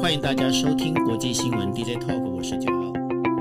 欢迎大家收听国际新闻 DJ Talk， 我是九号。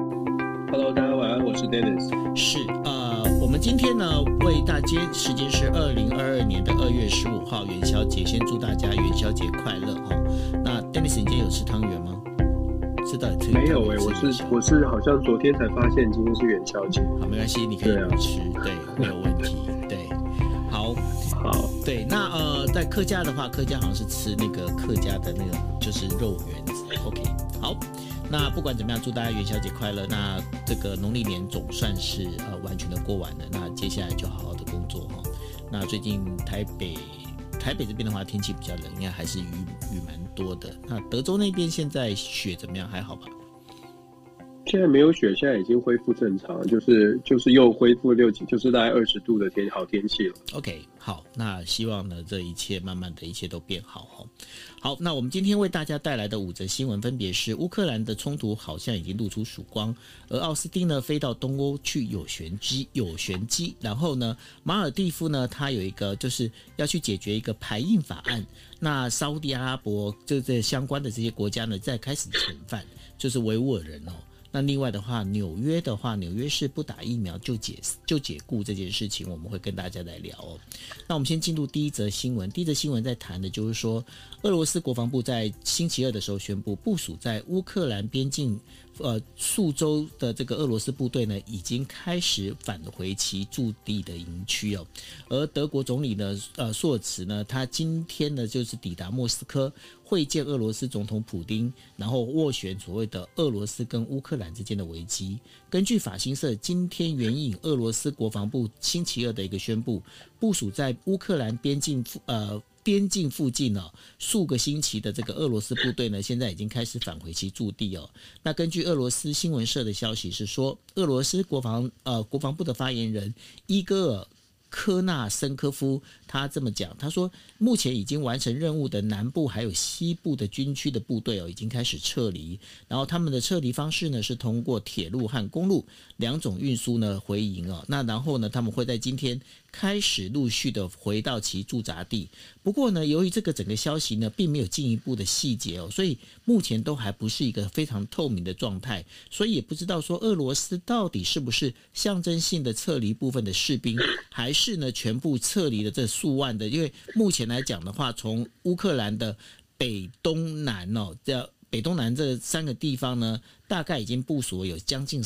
Hello， 大家晚安，我是 Dennis。 是我们今天呢为大家时间是2022年的2月15号元宵节，先祝大家元宵节快乐哈。那 Dennis， 你今天有吃汤圆吗？是到底没有我是好像昨天才发现今天是元宵节。 好，没关系，你可以不吃，对，没有问题，对，好，对，那在客家的话，客家好像是吃那个客家的那种就是肉圆子 ，OK， 好。那不管怎么样，祝大家元宵节快乐。那这个农历年总算是完全的过完了，那接下来就好好的工作哈。那最近台北这边的话，天气比较冷，应该还是雨蛮多的。那德州那边现在雪怎么样？还好吧？ 现在没有雪，现在已经恢复正常，就是又恢复就是大概20度的好天气了。 OK， 好，那希望呢这一切慢慢的一切都变好哈。好，那我们今天为大家带来的5则新闻分别是：乌克兰的冲突好像已经露出曙光，而奥斯汀呢飞到东欧去有玄机，然后呢马尔地夫呢他有一个就是要去解决一个排印法案，那沙烏地阿拉伯这相关的这些国家呢在开始惩犯就是维吾尔人哦。那另外的话，纽约市不打疫苗就解雇这件事情，我们会跟大家来聊哦。那我们先进入第一则新闻。第一则新闻在谈的就是说，俄罗斯国防部在星期二的时候宣布，部署在乌克兰边境数周的这个俄罗斯部队呢，已经开始返回其驻地的营区哦。而德国总理呢，朔尔茨呢，他今天呢就是抵达莫斯科，会见俄罗斯总统普丁，然后斡旋所谓的俄罗斯跟乌克兰之间的危机。根据法新社今天援引俄罗斯国防部星期二的一个宣布，部署在乌克兰边境附近数个星期的这个俄罗斯部队呢，现在已经开始返回其驻地哦。那根据俄罗斯新闻社的消息是说，俄罗斯国防部的发言人伊戈尔科纳申科夫他这么讲，他说目前已经完成任务的南部还有西部的军区的部队已经开始撤离，然后他们的撤离方式呢是通过铁路和公路2种运输呢回营那然后呢他们会在今天开始陆续的回到其驻扎地。不过呢，由于这个整个消息呢并没有进一步的细节所以目前都还不是一个非常透明的状态，所以也不知道说俄罗斯到底是不是象征性的撤离部分的士兵，还是呢全部撤离的这数万的。因为目前来讲的话，从乌克兰的北东南这3个地方呢，大概已经部署有将近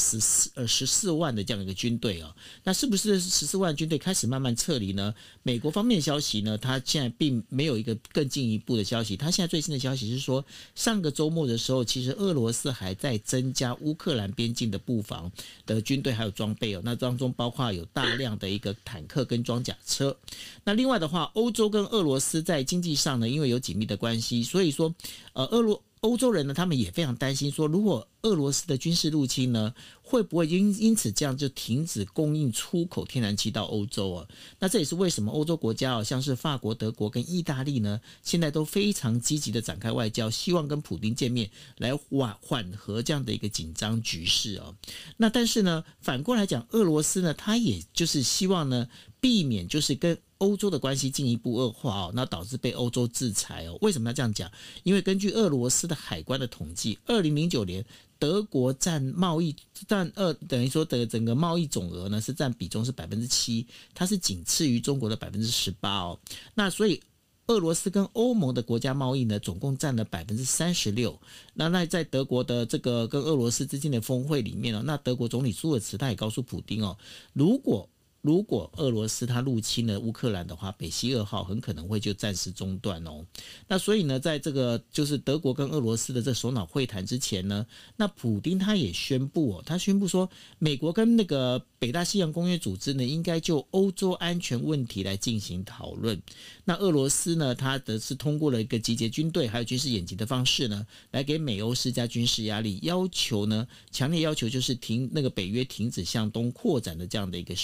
14万的这样一个军队那是不是14万军队开始慢慢撤离呢？美国方面的消息呢，它现在并没有一个更进一步的消息。它现在最新的消息是说，上个周末的时候，其实俄罗斯还在增加乌克兰边境的布防的军队还有装备那当中包括有大量的一个坦克跟装甲车。那另外的话，欧洲跟俄罗斯在经济上呢，因为有紧密的关系，所以说欧洲人呢，他们也非常担心说，如果俄罗斯的军事入侵呢，会不会因此这样就停止供应出口天然气到欧洲那这也是为什么欧洲国家像是法国、德国跟意大利呢，现在都非常积极的展开外交，希望跟普丁见面来缓和这样的一个紧张局势那但是呢，反过来讲，俄罗斯呢，他也就是希望呢，避免就是跟欧洲的关系进一步恶化那导致被欧洲制裁为什么要这样讲？因为根据俄罗斯的海关的统计，2009年德国等于说的整个贸易总额呢是占比重是 7%， 它是仅次于中国的 18%那所以俄罗斯跟欧盟的国家贸易呢，总共占了 36%。那在德国的这个跟俄罗斯之间的峰会里面那德国总理舒尔茨他也告诉普丁如果俄罗斯他入侵了乌克兰的话，北溪2号很可能会就暂时中断那所以呢，在这个就是德国跟俄罗斯的这首脑会谈之前呢，那普丁他也宣布他宣布说，美国跟那个北大西洋公约组织呢，应该就欧洲安全问题来进行讨论。那俄罗斯呢，他是通过了一个集结军队还有军事演习的方式呢，来给美欧施加军事压力，强烈要求就是那个北约停止向东扩展的这样的一个事情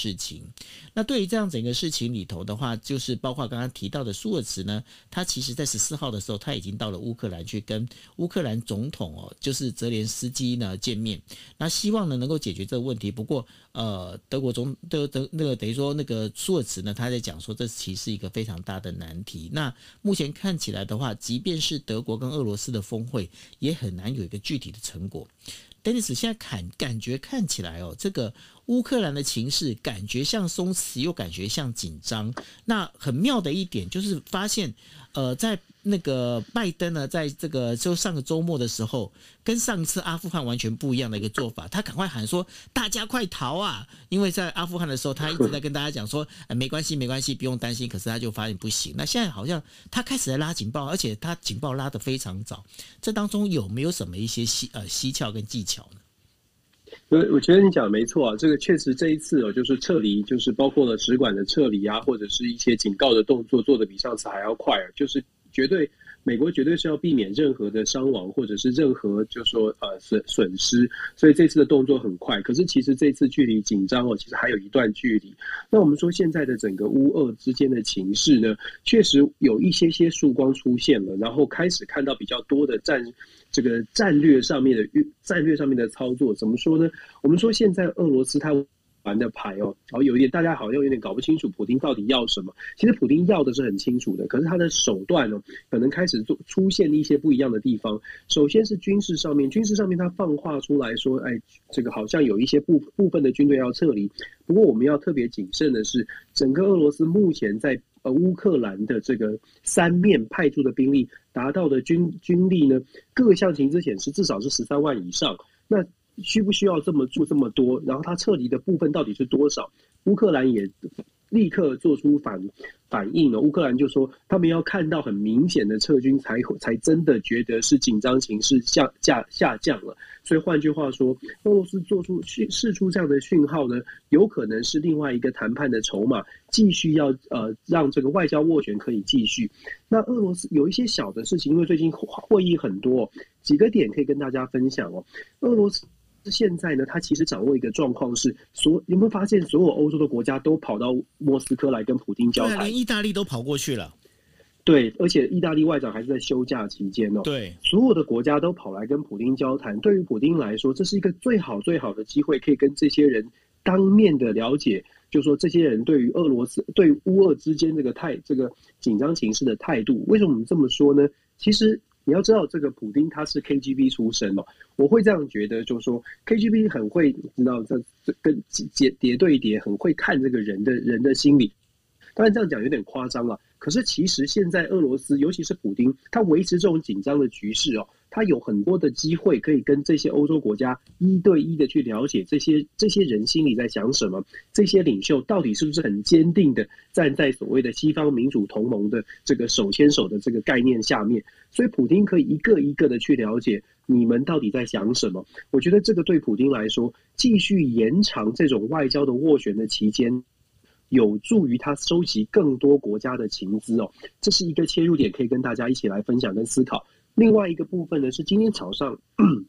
那对于这样整个事情里头的话，就是包括刚刚提到的舒尔茨呢，他其实在14号的时候，他已经到了乌克兰去跟乌克兰总统就是泽连斯基呢见面，那希望呢能够解决这个问题。不过德国那个等于说那个舒尔茨呢，他在讲说这其实是一个非常大的难题。那目前看起来的话，即便是德国跟俄罗斯的峰会，也很难有一个具体的成果。Dennis 现在感觉看起来这个乌克兰的情势感觉像松弛，又感觉像紧张。那很妙的一点就是发现，在那个拜登呢，在这个就上个周末的时候，跟上一次阿富汗完全不一样的一个做法，他赶快喊说大家快逃啊！因为在阿富汗的时候，他一直在跟大家讲说，没关系，没关系，不用担心。可是他就发现不行。那现在好像他开始在拉警报，而且他警报拉得非常早。这当中有没有什么一些蹊跷跟技巧呢？ 我觉得你讲的没错啊，这个确实这一次就是撤离，就是包括了使馆的撤离啊，或者是一些警告的动作做得比上次还要快，就是美国绝对是要避免任何的伤亡或者是任何就是说损失，所以这次的动作很快。可是其实这次距离紧张其实还有一段距离。那我们说现在的整个乌俄之间的情势呢，确实有一些曙光出现了，然后开始看到比较多的战略上面的操作。怎么说呢？我们说现在俄罗斯它玩的牌大家好像有点搞不清楚普丁到底要什么。其实普丁要的是很清楚的，可是他的手段可能开始出现一些不一样的地方。首先是军事上面他放话出来说，这个好像有一些部分的军队要撤离。不过我们要特别谨慎的是，整个俄罗斯目前在乌克兰的这个三面派驻的兵力达到的军力呢，各项情资显示至少是13万以上。那需不需要这么多？然后他撤离的部分到底是多少？乌克兰也立刻做出反应了。乌克兰就说，他们要看到很明显的撤军才真的觉得是紧张情势下降了。所以换句话说，俄罗斯释出这样的讯号呢，有可能是另外一个谈判的筹码，继续要让这个外交斡旋可以继续。那俄罗斯有一些小的事情，因为最近会议很多，几个点可以跟大家分享俄罗斯现在呢，他其实掌握一个状况是，有没有发现所有欧洲的国家都跑到莫斯科来跟普丁交谈？ 连意大利都跑过去了。 对，而且意大利外长还是在休假期间对， 所有的国家都跑来跟普丁交谈。对于普丁来说，这是一个最好的机会，可以跟这些人当面的了解，就是说这些人对于对乌俄之间这个紧张情势的态度。为什么我们这么说呢？其实你要知道，这个普丁他是 KGB 出身我会这样觉得，就是说 KGB 很会知道这跟叠对叠，很会看这个人的心理。当然这样讲有点夸张了，可是其实现在俄罗斯，尤其是普丁，他维持这种紧张的局势他有很多的机会可以跟这些欧洲国家1对1的去了解这些人心里在想什么，这些领袖到底是不是很坚定的站在所谓的西方民主同盟的这个手牵手的这个概念下面。所以普丁可以一个一个的去了解你们到底在想什么。我觉得这个对普丁来说，继续延长这种外交的斡旋的期间，有助于他收集更多国家的情资这是一个切入点，可以跟大家一起来分享跟思考。另外一个部分呢，是今天早上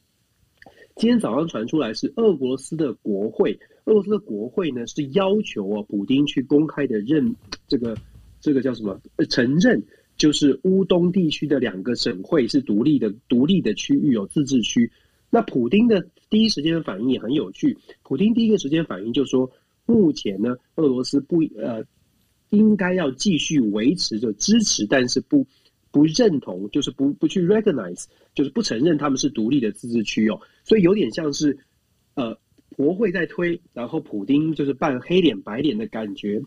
传出来是俄罗斯的国会呢是要求普丁去公开的这个叫什么承认，就是乌东地区的2个省会是独立的区域自治区。那普丁的第一时间的反应也很有趣，普丁第一个时间反应就说，目前呢，俄罗斯应该要继续维持着支持，但是不认同，就是不去 recognize， 就是不承认他们是独立的自治区所以有点像是国会在推，然后普丁就是扮黑脸白脸的感觉。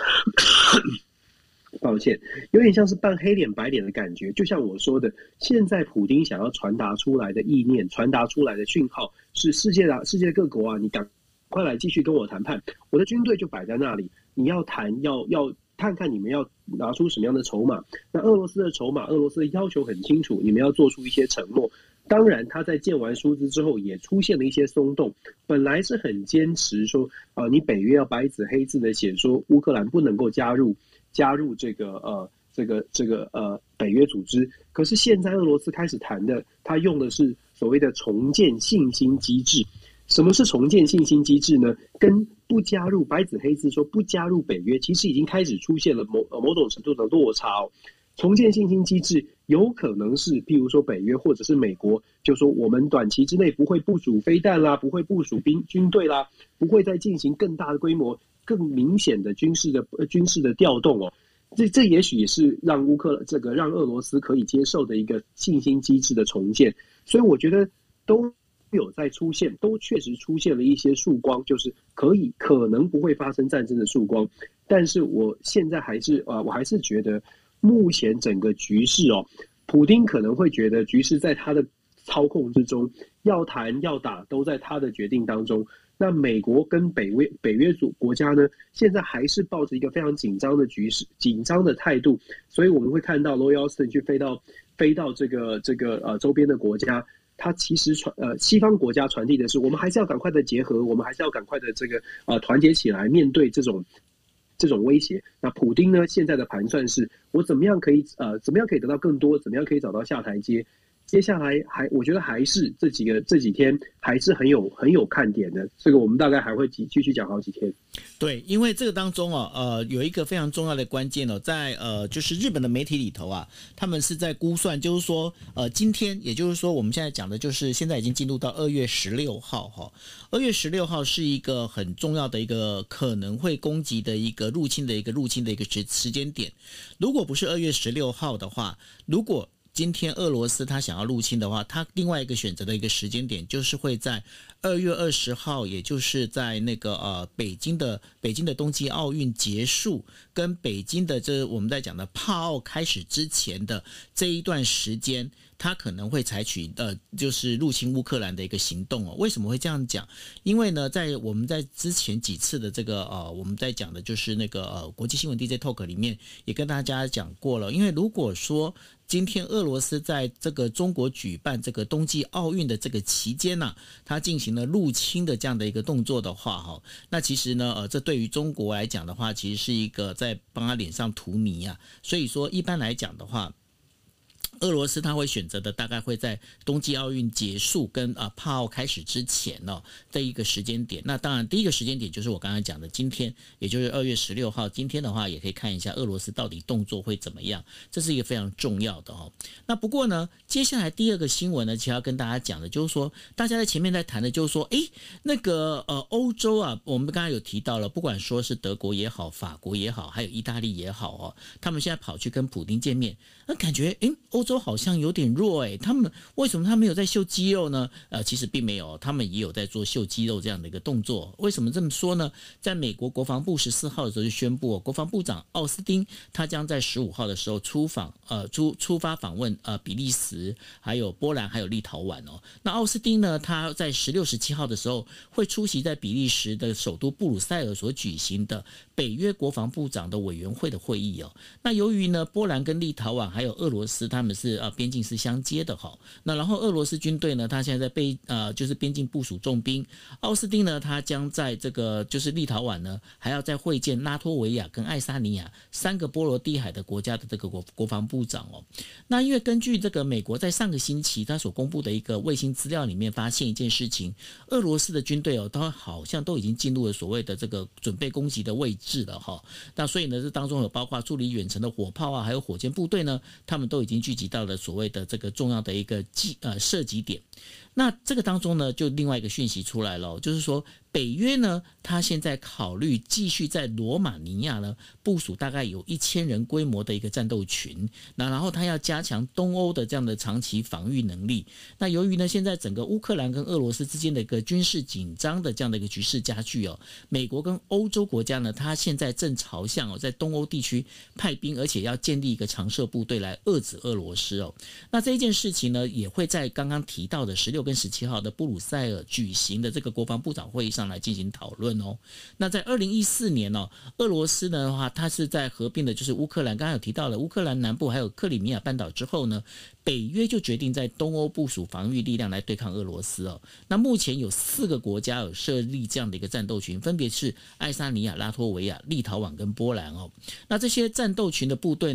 抱歉，有点像是扮黑脸白脸的感觉。就像我说的，现在普丁想要传达出来的意念，传达出来的讯号是世界各国你赶快来继续跟我谈判，我的军队就摆在那里，你要谈要看看你们要拿出什么样的筹码。那俄罗斯的筹码，俄罗斯的要求很清楚，你们要做出一些承诺。当然他在建完书资之后也出现了一些松动，本来是很坚持说你北约要白纸黑字的写说乌克兰不能够加入这个北约组织，可是现在俄罗斯开始谈的，他用的是所谓的重建信心机制。 什么是重建信心机制呢？跟不加入白纸黑字说不加入北约，其实已经开始出现了某种程度的落差哦。重建信心机制有可能是，譬如说北约或者是美国，就说我们短期之内不会部署飞弹啦，不会部署军队啦，不会再进行更大的规模、更明显的军事的调动哦。这也许也是让让俄罗斯可以接受的一个信心机制的重建。所以我觉得都有在出现，都确实出现了一些曙光，就是可能不会发生战争的曙光。但是我现在我还是觉得。目前整个局势哦，普丁可能会觉得局势在他的操控之中，要谈要打都在他的决定当中。那美国跟北约国家呢，现在还是抱着一个非常紧张的局势、紧张的态度，所以我们会看到 Lloyd Austin 去飞到这个周边的国家，他其实西方国家传递的是，我们还是要赶快的结合，我们还是要赶快的团结起来面对这种威胁。那普丁呢？现在的盘算是我怎么样可以得到更多，怎么样可以找到下台阶。接下来我觉得还是这几天还是很有看点的。这个我们大概还会继续讲好几天。 对，因为这个当中有一个非常重要的关键在就是日本的媒体里头啊，他们是在估算，就是说今天，也就是说我们现在讲的就是现在已经进入到2月16号哈，2月16号是一个很重要的一个可能会攻击的一个入侵的一个时间点。如果不是2月16号的话，如果今天俄罗斯他想要入侵的话，他另外一个选择的一个时间点就是会在2月20号，也就是在那个北京的冬季奥运结束跟北京的我们在讲的帕奥开始之前的这一段时间，他可能会采取就是入侵乌克兰的一个行动哦。为什么会这样讲？因为呢，我们在之前几次的这个我们在讲的就是那个国际新闻 DJ Talk 里面也跟大家讲过了。因为如果说今天俄罗斯在这个中国举办这个冬季奥运的这个期间呢，他进行了入侵的这样的一个动作的话那其实呢这对于中国来讲的话，其实是一个在帮他脸上涂泥啊。所以说一般来讲的话，俄罗斯他会选择的大概会在冬季奥运结束跟帕奥开始之前这一个时间点。那当然第一个时间点就是我刚才讲的今天，也就是2月16号。今天的话也可以看一下俄罗斯到底动作会怎么样，这是一个非常重要的那不过呢，接下来第二个新闻呢，其实要跟大家讲的就是说，大家在前面在谈的就是说，那个欧洲啊，我们刚才有提到了，不管说是德国也好，法国也好，还有意大利也好他们现在跑去跟普丁见面，那感觉欧洲好像有点弱他们为什么他没有在秀肌肉呢？其实并没有，他们也有在做秀肌肉这样的一个动作。为什么这么说呢？在美国国防部14号的时候就宣布国防部长奥斯汀他将在15号的时候出发访问比利时、还有波兰、还有立陶宛那奥斯汀呢，他在16、17号的时候会出席在比利时的首都布鲁塞尔所举行的北约国防部长的委员会的会议那由于呢，波兰跟立陶宛还有俄罗斯他们是边境是相接的那然后俄罗斯军队呢，他现在在就是边境部署重兵。奥斯汀呢，他将在这个就是立陶宛呢，还要再会见拉脱维亚跟爱沙尼亚3个波罗的海的国家的这个国防部长那因为根据这个美国在上个星期他所公布的一个卫星资料里面发现一件事情，俄罗斯的军队他好像都已经进入了所谓的这个准备攻击的位置了那所以呢，这当中有包括处理远程的火炮还有火箭部队呢，他们都已经聚集到了所谓的这个重要的一个射击点。那这个当中呢，就另外一个讯息出来了，就是说北约呢，他现在考虑继续在罗马尼亚呢部署大概有1000人规模的一个战斗群，那然后他要加强东欧的这样的长期防御能力。那由于呢，现在整个乌克兰跟俄罗斯之间的一个军事紧张的这样的一个局势加剧美国跟欧洲国家呢，他现在正朝向在东欧地区派兵，而且要建立一个常设部队来遏制俄罗斯那这一件事情呢，也会在刚刚提到的16跟17号的布鲁塞尔举行的这个国防部长会议上来进行讨论那在2014年俄罗斯的话，它是在合并的就是乌克兰，刚刚有提到了乌克兰南部还有克里米亚半岛之后呢，北约就决定在东欧部署防御力量来对抗俄罗斯那目前有4个国家有设立这样的一个战斗群，分别是爱沙尼亚、拉脱维亚、立陶宛跟波兰那这些战斗群的部队呢，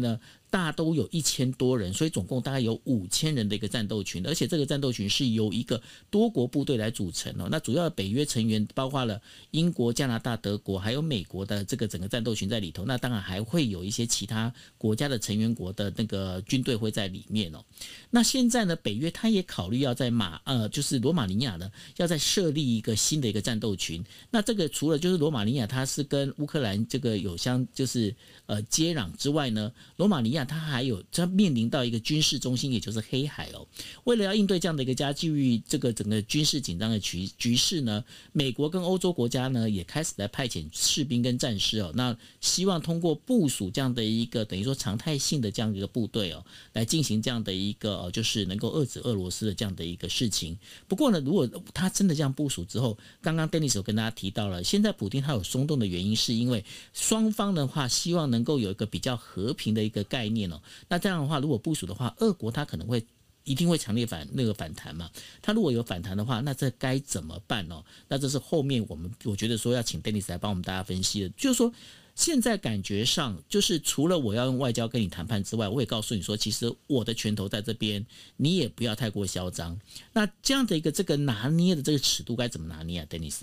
大家都有1000多人，所以总共大概有5000人的一个战斗群，而且这个战斗群是由一个多国部队来组成。那主要的北约成员包括了英国、加拿大、德国还有美国的这个整个战斗群在里头，那当然还会有一些其他国家的成员国的那个军队会在里面。那现在呢，北约他也考虑要在就是罗马尼亚呢要再设立一个新的一个战斗群。那这个除了就是罗马尼亚它是跟乌克兰这个有就是接壤之外呢，罗马尼亚它面临到一个军事中心，也就是黑海。为了要应对这样的一个加剧这个整个军事紧张的局势呢，美国跟欧洲国家呢也开始来派遣士兵跟战士那希望通过部署这样的一个等于说常态性的这样的一个部队来进行这样的一个就是能够遏制俄罗斯的这样的一个事情。不过呢，如果他真的这样部署之后，刚刚 Dennis 有跟大家提到了，现在普丁他有松动的原因是因为双方的话希望能够有一个比较和平的一个概念那这样的话如果部署的话，俄国他可能一定会强烈反弹嘛。他如果有反弹的话，那这该怎么办那这是后面我觉得说要请 Dennis 来帮我们大家分析的，就是说现在感觉上就是除了我要用外交跟你谈判之外，我也告诉你说其实我的拳头在这边，你也不要太过嚣张。那这样的一个这个拿捏的这个尺度该怎么拿捏啊 Dennis？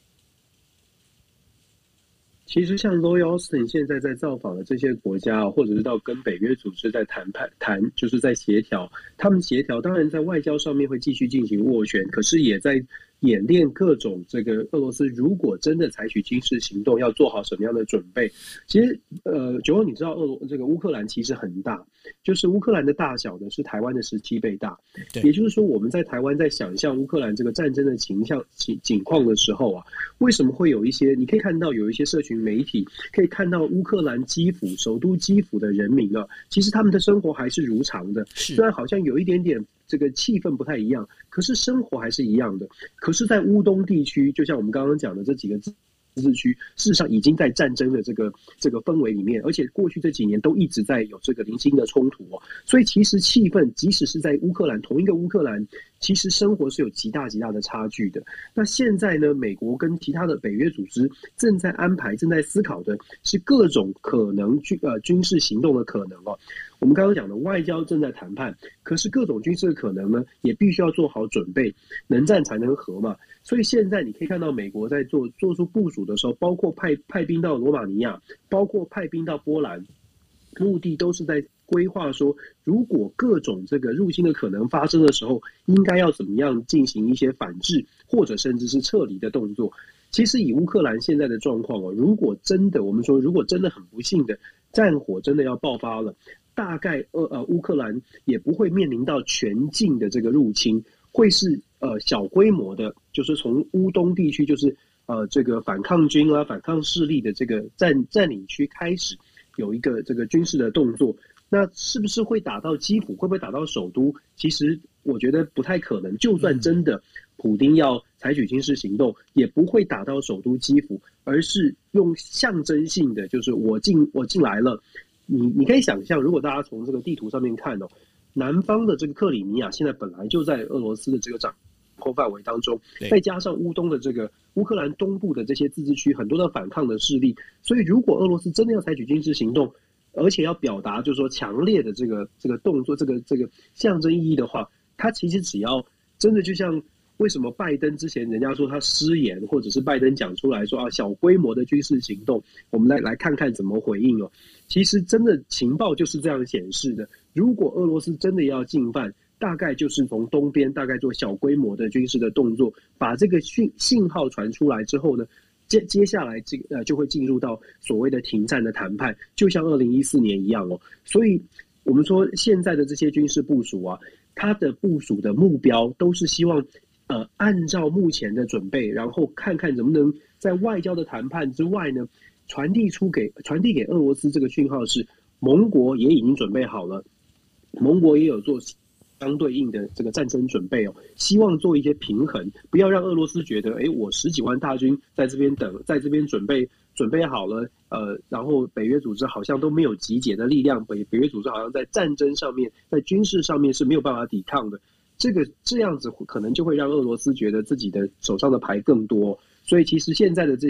其实像 Lloyd Austin 现在在造访的这些国家，或者是到跟北约组织在谈，就是在协调。他们协调，当然在外交上面会继续进行斡旋，可是也在演练各种这个俄罗斯如果真的采取军事行动，要做好什么样的准备。其实九欧你知道这个乌克兰其实很大，就是乌克兰的大小呢是台湾的17倍大。也就是说我们在台湾在想象乌克兰这个战争的景况的时候为什么会有一些你可以看到有一些社群媒体可以看到乌克兰基辅首都基辅的人民其实他们的生活还是如常的，虽然好像有一点点这个气氛不太一样，可是生活还是一样的。可是在乌东地区，就像我们刚刚讲的这几个自治区，事实上已经在战争的这个氛围里面，而且过去这几年都一直在有这个零星的冲突所以其实气氛即使是在乌克兰同一个乌克兰，其实生活是有极大的差距的。那现在呢，美国跟其他的北约组织正在安排、正在思考的是各种可能军事行动的可能我们刚刚讲的外交正在谈判，可是各种军事的可能呢，也必须要做好准备，能战才能和嘛。所以现在你可以看到美国在做出部署的时候，包括派兵到罗马尼亚，包括派兵到波兰，目的都是在规划说，如果各种这个入侵的可能发生的时候，应该要怎么样进行一些反制，或者甚至是撤离的动作。其实以乌克兰现在的状况如果真的很不幸的战火真的要爆发了，大概乌克兰也不会面临到全境的这个入侵，会是小规模的，就是从乌东地区，就是这个反抗军反抗势力的这个占领区开始有一个这个军事的动作。那是不是会打到基辅？会不会打到首都？其实我觉得不太可能。就算真的普丁要采取军事行动，也不会打到首都基辅，而是用象征性的，就是我进来了。你可以想象，如果大家从这个地图上面看南方的这个克里米亚现在本来就在俄罗斯的这个掌控范围当中，再加上乌东的这个乌克兰东部的这些自治区很多的反抗的势力，所以如果俄罗斯真的要采取军事行动，而且要表达就是说强烈的这个动作，这个象征意义的话，他其实只要真的就像为什么拜登之前人家说他失言，或者是拜登讲出来说小规模的军事行动，我们来看看怎么回应其实真的情报就是这样显示的，如果俄罗斯真的要进犯，大概就是从东边大概做小规模的军事的动作，把这个信号传出来之后呢，接下来就会进入到所谓的停战的谈判，就像2014年一样所以我们说现在的这些军事部署它的部署的目标都是希望按照目前的准备，然后看看能不能在外交的谈判之外呢，传递给俄罗斯这个讯号是，盟国也已经准备好了，盟国也有做相对应的这个战争准备希望做一些平衡，不要让俄罗斯觉得我10几万大军在这边等，在这边准备好了，然后北约组织好像都没有集结的力量，北约组织好像在战争上面，在军事上面是没有办法抵抗的，这样子可能就会让俄罗斯觉得自己的手上的牌更多。所以其实现在的这些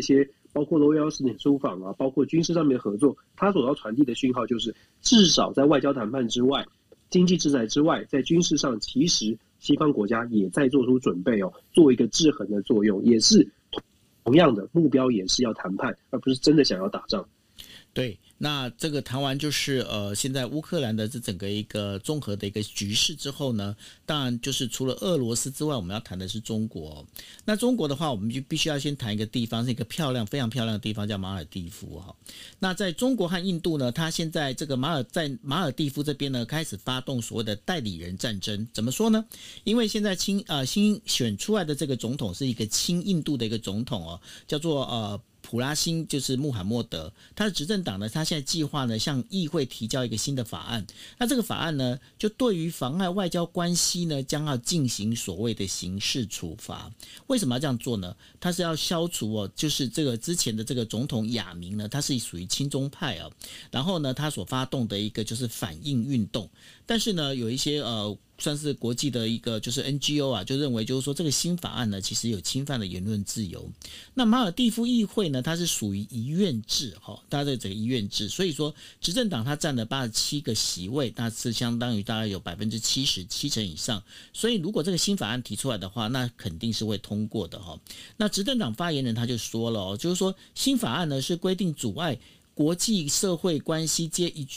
包括罗威尔斯典书坊啊，包括军事上面的合作，它所要传递的讯号就是，至少在外交谈判之外，经济制裁之外，在军事上，其实西方国家也在做出准备哦，做一个制衡的作用，也是同样的目标，也是要谈判，而不是真的想要打仗。 对，那这个谈完就是现在乌克兰的这整个一个综合的一个局势之后呢，当然就是除了俄罗斯之外，我们要谈的是中国。那中国的话，我们就必须要先谈一个地方，是一个非常漂亮的地方，叫马尔地夫哈。那在中国和印度呢，它现在这个在马尔地夫这边呢，开始发动所谓的代理人战争。怎么说呢？因为现在新选出来的这个总统是一个亲印度的一个总统哦，叫做普拉辛，就是穆罕默德，他的执政党呢，他现在计划呢向议会提交一个新的法案。那这个法案呢，就对于妨碍外交关系呢，将要进行所谓的刑事处罚。为什么要这样做呢？他是要消除就是这个之前的这个总统亚明呢，他是属于亲中派啊，然后呢，他所发动的一个就是反应运动。但是呢，有一些算是国际的一个就是 NGO 啊，就认为就是说这个新法案呢，其实有侵犯了言论自由。那马尔地夫议会呢，它是属于一院制大家这个一院制，所以说执政党它占了87个席位，那是相当于大概有70%以上。所以如果这个新法案提出来的话，那肯定是会通过的那执政党发言人他就说了就是说新法案呢是规定阻碍国际社会关系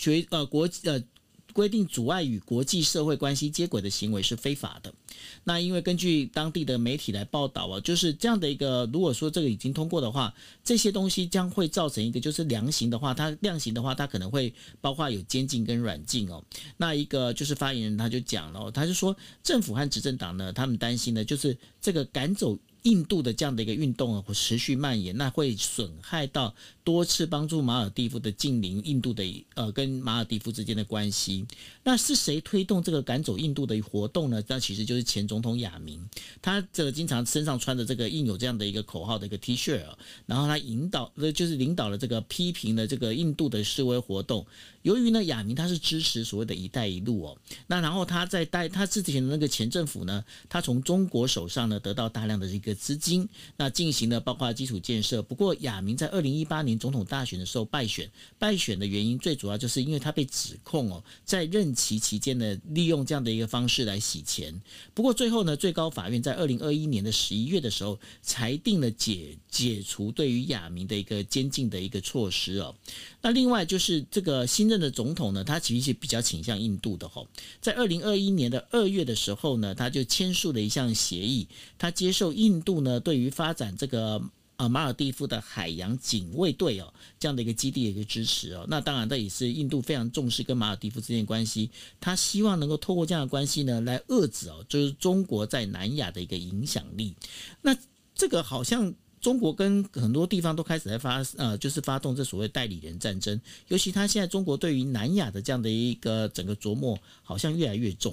规定阻碍与国际社会关系接轨的行为是非法的。那因为根据当地的媒体来报道就是这样的一个，如果说这个已经通过的话，这些东西将会造成一个就是量刑的话，它可能会包括有监禁跟软禁那一个就是发言人他就讲了他就说政府和执政党呢，他们担心呢就是这个赶走印度的这样的一个运动会持续蔓延，那会损害到多次帮助马尔地夫的近邻印度的跟马尔地夫之间的关系。那是谁推动这个赶走印度的活动呢？那其实就是前总统亚明，他这个经常身上穿的这个印有这样的一个口号的一个 T 恤然后他领导了这个批评了这个印度的示威活动。由于呢亚明他是支持所谓的一带一路那然后他之前的那个前政府呢，他从中国手上呢得到大量的一个资金，那进行了包括基础建设。不过亚明在2018年总统大选的时候败选的原因最主要就是因为他被指控在任期期间呢利用这样的一个方式来洗钱。不过最后呢，最高法院在2021年的11月的时候裁定了解除对于亚明的一个监禁的一个措施那另外就是这个新任的总统呢，他其实比较倾向印度的在2021年的2月的时候呢，他就签署了一项协议，他接受印度呢对于发展这个马尔地夫的海洋警卫队这样的一个基地的一个支持那当然这也是印度非常重视跟马尔地夫之间的关系，他希望能够透过这样的关系呢来遏制就是中国在南亚的一个影响力。那这个好像中国跟很多地方都开始在就是发动这所谓代理人战争，尤其他现在中国对于南亚的这样的一个整个琢磨好像越来越重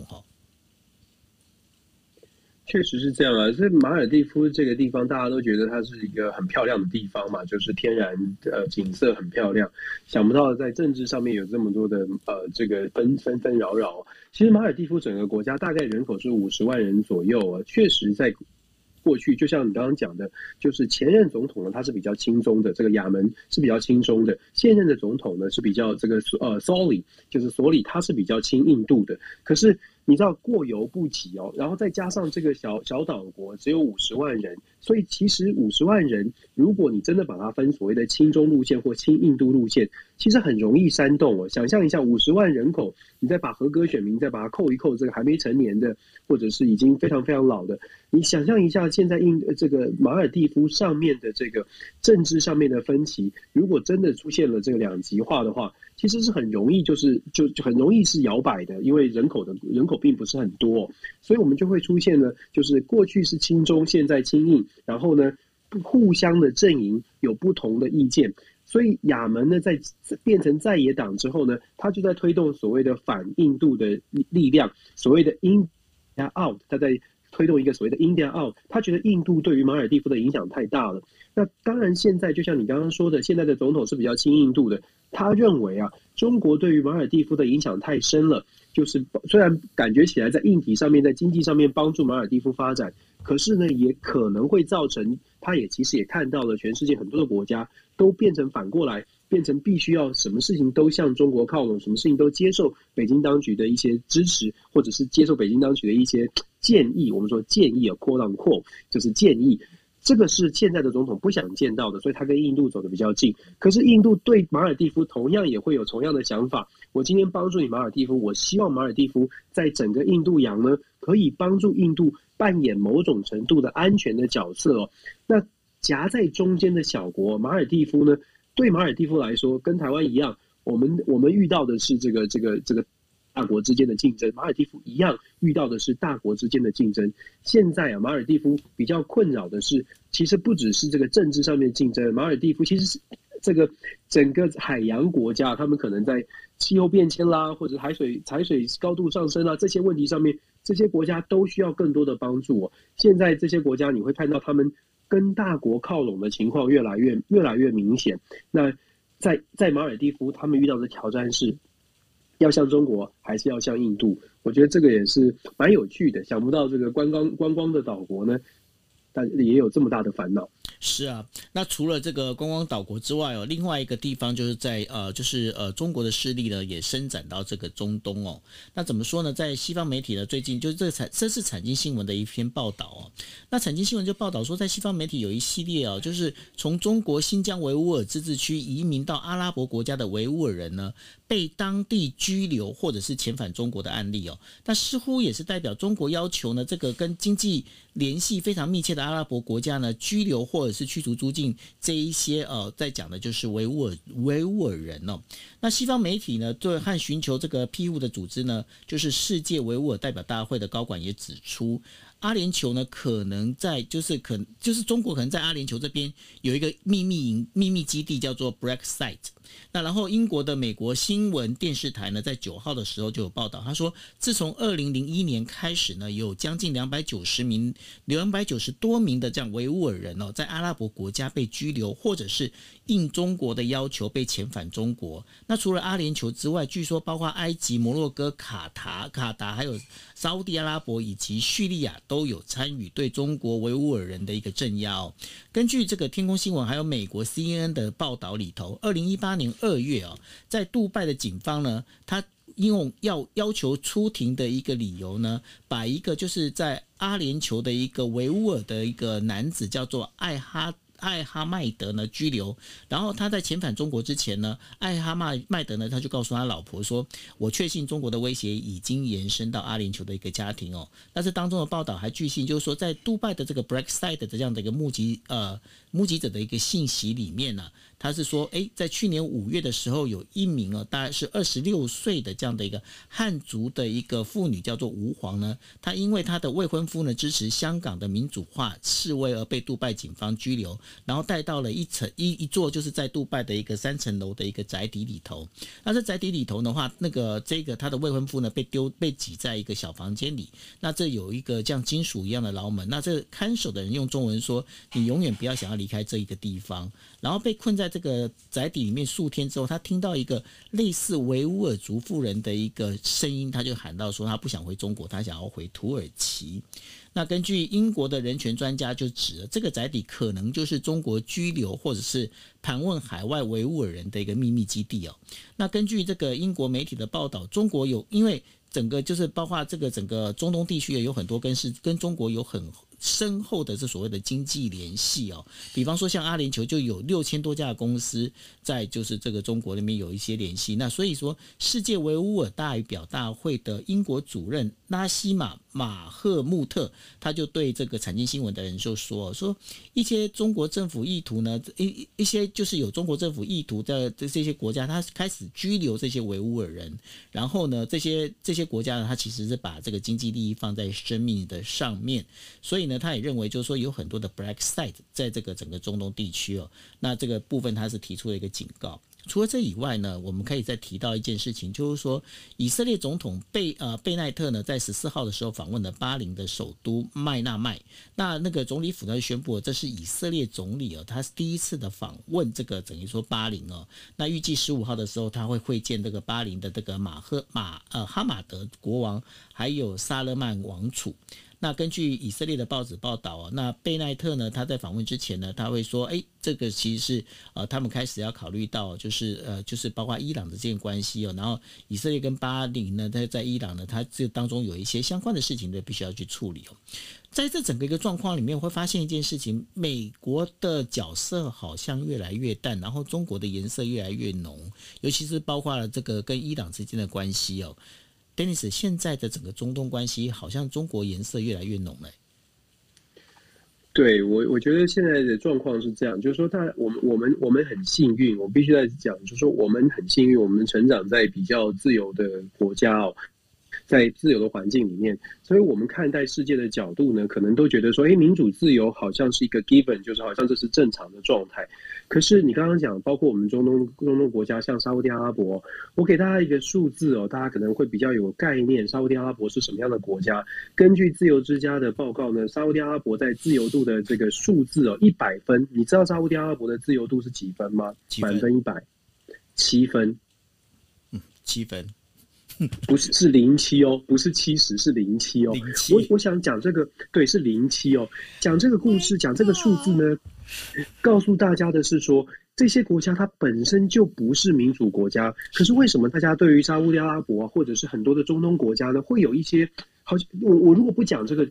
确实是这样啊，这马尔地夫这个地方，大家都觉得它是一个很漂亮的地方嘛，就是天然景色很漂亮。想不到在政治上面有这么多的这个纷扰扰。其实马尔地夫整个国家大概人口是50万人左右确实在过去，就像你刚刚讲的，就是前任总统呢，他是比较亲中的，这个亚门是比较亲中的；现任的总统呢是比较这个索里，他是比较亲印度的。可是你知道过犹不及然后再加上这个小岛国只有50万人，所以其实50万人，如果你真的把它分所谓的亲中路线或亲印度路线，其实很容易煽动想象一下50万人口，你再把合格选民再把它扣一扣，这个还没成年的或者是已经非常非常老的，你想象一下现在这个马尔地夫上面的这个政治上面的分歧，如果真的出现了这个两极化的话，其实是很容易就很容易是摇摆的，因为人口并不是很多所以我们就会出现了，就是过去是亲中，现在亲印，然后呢互相的阵营有不同的意见。所以亚门呢，在变成在野党之后呢，他就在推动所谓的反印度的力量，所谓的 in out， 他在推动一个所谓的 India Out， 他觉得印度对于马尔地夫的影响太大了。那当然，现在就像你刚刚说的，现在的总统是比较亲印度的，他认为啊，中国对于马尔地夫的影响太深了，就是虽然感觉起来在硬体上面、在经济上面帮助马尔地夫发展，可是呢，也可能会造成，他也其实也看到了全世界很多的国家都变成反过来，变成必须要什么事情都向中国靠拢，什么事情都接受北京当局的一些支持，或者是接受北京当局的一些建议。我们说建议啊 ，quote on quote， 就是建议。这个是现在的总统不想见到的，所以他跟印度走得比较近。可是印度对马尔地夫同样也会有同样的想法。我今天帮助你马尔地夫，我希望马尔地夫在整个印度洋呢，可以帮助印度扮演某种程度的安全的角色哦。那夹在中间的小国马尔地夫呢，对马尔地夫来说，跟台湾一样，我们遇到的是这个大国之间的竞争，马尔地夫一样遇到的是大国之间的竞争。现在啊，马尔地夫比较困扰的是，其实不只是这个政治上面的竞争，马尔地夫其实是这个整个海洋国家，他们可能在气候变迁啦，或者海水高度上升啦这些问题上面，这些国家都需要更多的帮助哦。现在这些国家你会看到他们跟大国靠拢的情况越来越明显。那在马尔地夫，他们遇到的挑战是，要像中国还是要像印度？我觉得这个也是蛮有趣的。想不到这个观光的岛国呢，但也有这么大的烦恼。 是啊，那除了这个观光岛国之外哦，另外一个地方就是在中国的势力呢也伸展到这个中东哦。那怎么说呢？在西方媒体呢，最近就是这是产经新闻的一篇报道哦。那产经新闻就报道说，在西方媒体有一系列哦，就是从中国新疆维吾尔自治区移民到阿拉伯国家的维吾尔人呢，被当地拘留或者是遣返中国的案例哦。那似乎也是代表中国要求呢，这个跟经济联系非常密切的阿拉伯国家呢，拘留或者是驱逐出境这一些在讲的就是维吾尔人哦。那西方媒体呢，对和寻求这个庇护的组织呢，就是世界维吾尔代表大会的高管也指出，阿联酋呢可能在就是中国可能在阿联酋这边有一个秘密基地叫做 Black Site。那然后英国的美国新闻电视台呢，在9号的时候就有报道，他说自从2001年开始呢，有将近290多名的这样维吾尔人在阿拉伯国家被拘留，或者是应中国的要求被遣返中国。那除了阿联酋之外，据说包括埃及、摩洛哥、卡达还有沙烏地阿拉伯以及叙利亚都有参与对中国维吾尔人的一个镇压哦。根据这个天空新闻还有美国 CNN 的报道里头，2018年2月在杜拜的警方呢，他用要求出庭的一个理由呢，把一个就是在阿联酋的一个维吾尔的一个男子叫做艾哈迈德呢拘留，然后他在遣返中国之前呢，艾哈迈德呢他就告诉他老婆说，我确信中国的威胁已经延伸到阿联酋的一个家庭哦。但是当中的报道还据信，就是说在杜拜的这个 Black Site 的这样的一个目击者的一个信息里面呢，他是说，在去年5月的时候，有一名大概是26岁的这样的一个汉族的一个妇女叫做吴黄呢，她因为她的未婚夫呢支持香港的民主化示威而被杜拜警方拘留，然后带到了一座就是在杜拜的一个3层楼的一个宅邸里头。那这宅邸里头的话，她的未婚夫呢被挤在一个小房间里，那这有一个像金属一样的牢门，那这看守的人用中文说，你永远不要想要离开这一个地方。然后被困在这个宅邸里面数天之后，他听到一个类似维吾尔族妇人的一个声音，他就喊到说他不想回中国，他想要回土耳其。那根据英国的人权专家就指了，这个宅邸可能就是中国拘留或者是盘问海外维吾尔人的一个秘密基地哦。那根据这个英国媒体的报道，中国因为整个就是包括这个整个中东地区也有很多跟中国有很深厚的这所谓的经济联系哦，比方说像阿联酋就有6000多家的公司在就是这个中国那边有一些联系。那所以说，世界维吾尔代表大会的英国主任拉希马赫穆特，他就对这个产经新闻的人就说一些中国政府意图呢，一些就是有中国政府意图的这些国家，他开始拘留这些维吾尔人，然后呢，这些国家呢，他其实是把这个经济利益放在生命的上面，所以呢，他也认为就是说有很多的 Black Site 在这个整个中东地区哦，那这个部分他是提出了一个警告。 除了这以外呢，我们可以再提到一件事情，就是说以色列总统贝奈特呢，在14号的时候访问了巴林的首都麦纳麦。那个总理府呢宣布，这是以色列总理他是第一次的访问这个等于说巴林那预计15号的时候，他会会见这个巴林的这个哈马德国王，还有萨勒曼王储。那根据以色列的报纸报道那贝奈特呢，他在访问之前呢，他会说，这个其实是他们开始要考虑到，就是包括伊朗的这件关系然后以色列跟巴林呢，在伊朗呢，它这当中有一些相关的事情呢，必须要去处理在这整个一个状况里面，会发现一件事情，美国的角色好像越来越淡，然后中国的颜色越来越浓，尤其是包括了这个跟伊朗之间的关系Dennis， 现在的整个中东关系好像中国颜色越来越浓了。 对，我觉得现在的状况是这样，就是说我们很幸运，我必须在讲，就是说我们很幸运，我们成长在比较自由的国家在自由的环境里面，所以我们看待世界的角度呢，可能都觉得说，民主自由好像是一个 given， 就是好像这是正常的状态。可是你刚刚讲，包括我们中东国家，像沙烏地阿拉伯，我给大家一个数字大家可能会比较有概念，沙烏地阿拉伯是什么样的国家？根据自由之家的报告呢，沙烏地阿拉伯在自由度的这个数字100分，你知道沙烏地阿拉伯的自由度是几分吗？满分100，7分。 7分。 不是07不是70，是07我想讲这个，对，是07讲这个故事，讲这个数字呢，告诉大家的是说，这些国家它本身就不是民主国家，可是为什么大家对于沙烏地阿拉伯或者是很多的中东国家呢，会有一些好像我如果不讲这个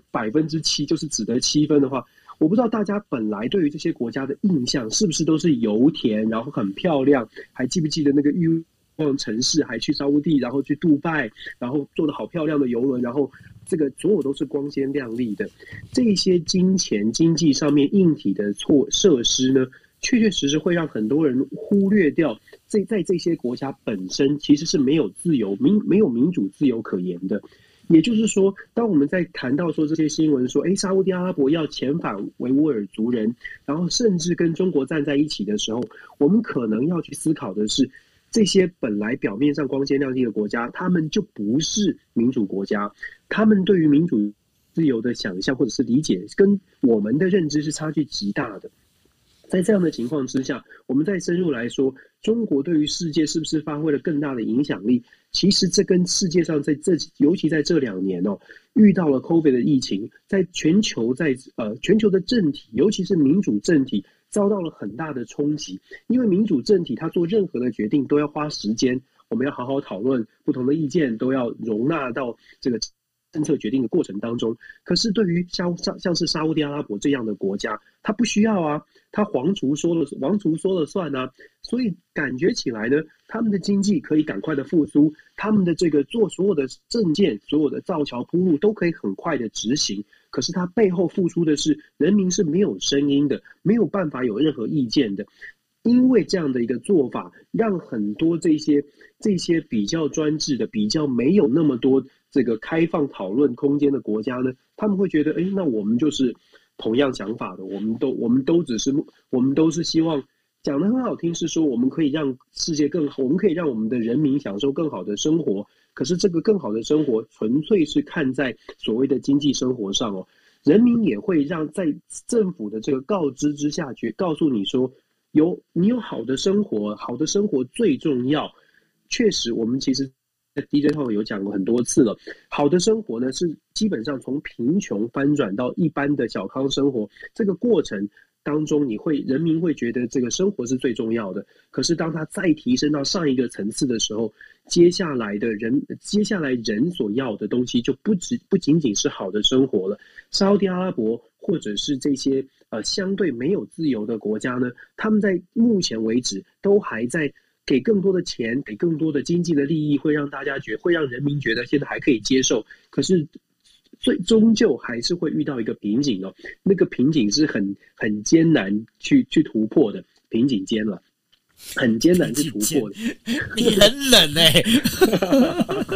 7%，就是只得7分的话，我不知道大家本来对于这些国家的印象是不是都是油田，然后很漂亮，还记不记得那个城市，还去沙烏地，然后去杜拜，然后做的好漂亮的邮轮，然后这个所有都是光鲜亮丽的。这些金钱经济上面硬体的设施呢，确确实实会让很多人忽略掉，在这些国家本身其实是没有自由没有民主自由可言的。也就是说，当我们在谈到说这些新闻说，沙烏地阿拉伯要遣返维吾尔族人，然后甚至跟中国站在一起的时候，我们可能要去思考的是，这些本来表面上光鲜亮丽的国家，他们就不是民主国家，他们对于民主自由的想象或者是理解，跟我们的认知是差距极大的。在这样的情况之下，我们再深入来说，中国对于世界是不是发挥了更大的影响力？其实这跟世界上尤其在这2年遇到了 COVID 的疫情，在全球的政体，尤其是民主政体，遭到了很大的冲击。因为民主政体它做任何的决定都要花时间，我们要好好讨论，不同的意见都要容纳到这个政策决定的过程当中。可是对于像是沙烏地阿拉伯这样的国家，它不需要啊，它王族说了算啊，所以感觉起来呢，他们的经济可以赶快的复苏，他们的这个做所有的政见，所有的造桥铺路都可以很快的执行。可是它背后付出的是人民是没有声音的，没有办法有任何意见的。因为这样的一个做法，让很多这些比较专制的、比较没有那么多这个开放讨论空间的国家呢，他们会觉得，那我们就是同样想法的，我们都是希望，讲得很好听是说，我们可以让世界更好，我们可以让我们的人民享受更好的生活。可是这个更好的生活，纯粹是看在所谓的经济生活上人民也会让在政府的这个告知之下，告诉你说，你有好的生活，好的生活最重要。确实，我们其实在 DJ Talk 有讲过很多次了，好的生活呢是基本上从贫穷翻转到一般的小康生活，这个过程当中，人民会觉得这个生活是最重要的。可是当他再提升到上一个层次的时候，接下来人所要的东西就不仅仅是好的生活了。沙烏地阿拉伯或者是这些相对没有自由的国家呢，他们在目前为止都还在给更多的钱，给更多的经济的利益，会让人民觉得现在还可以接受。可是终究还是会遇到一个瓶颈那个瓶颈是很艰难去突破的瓶颈间了。很艰难去突破的。 你很冷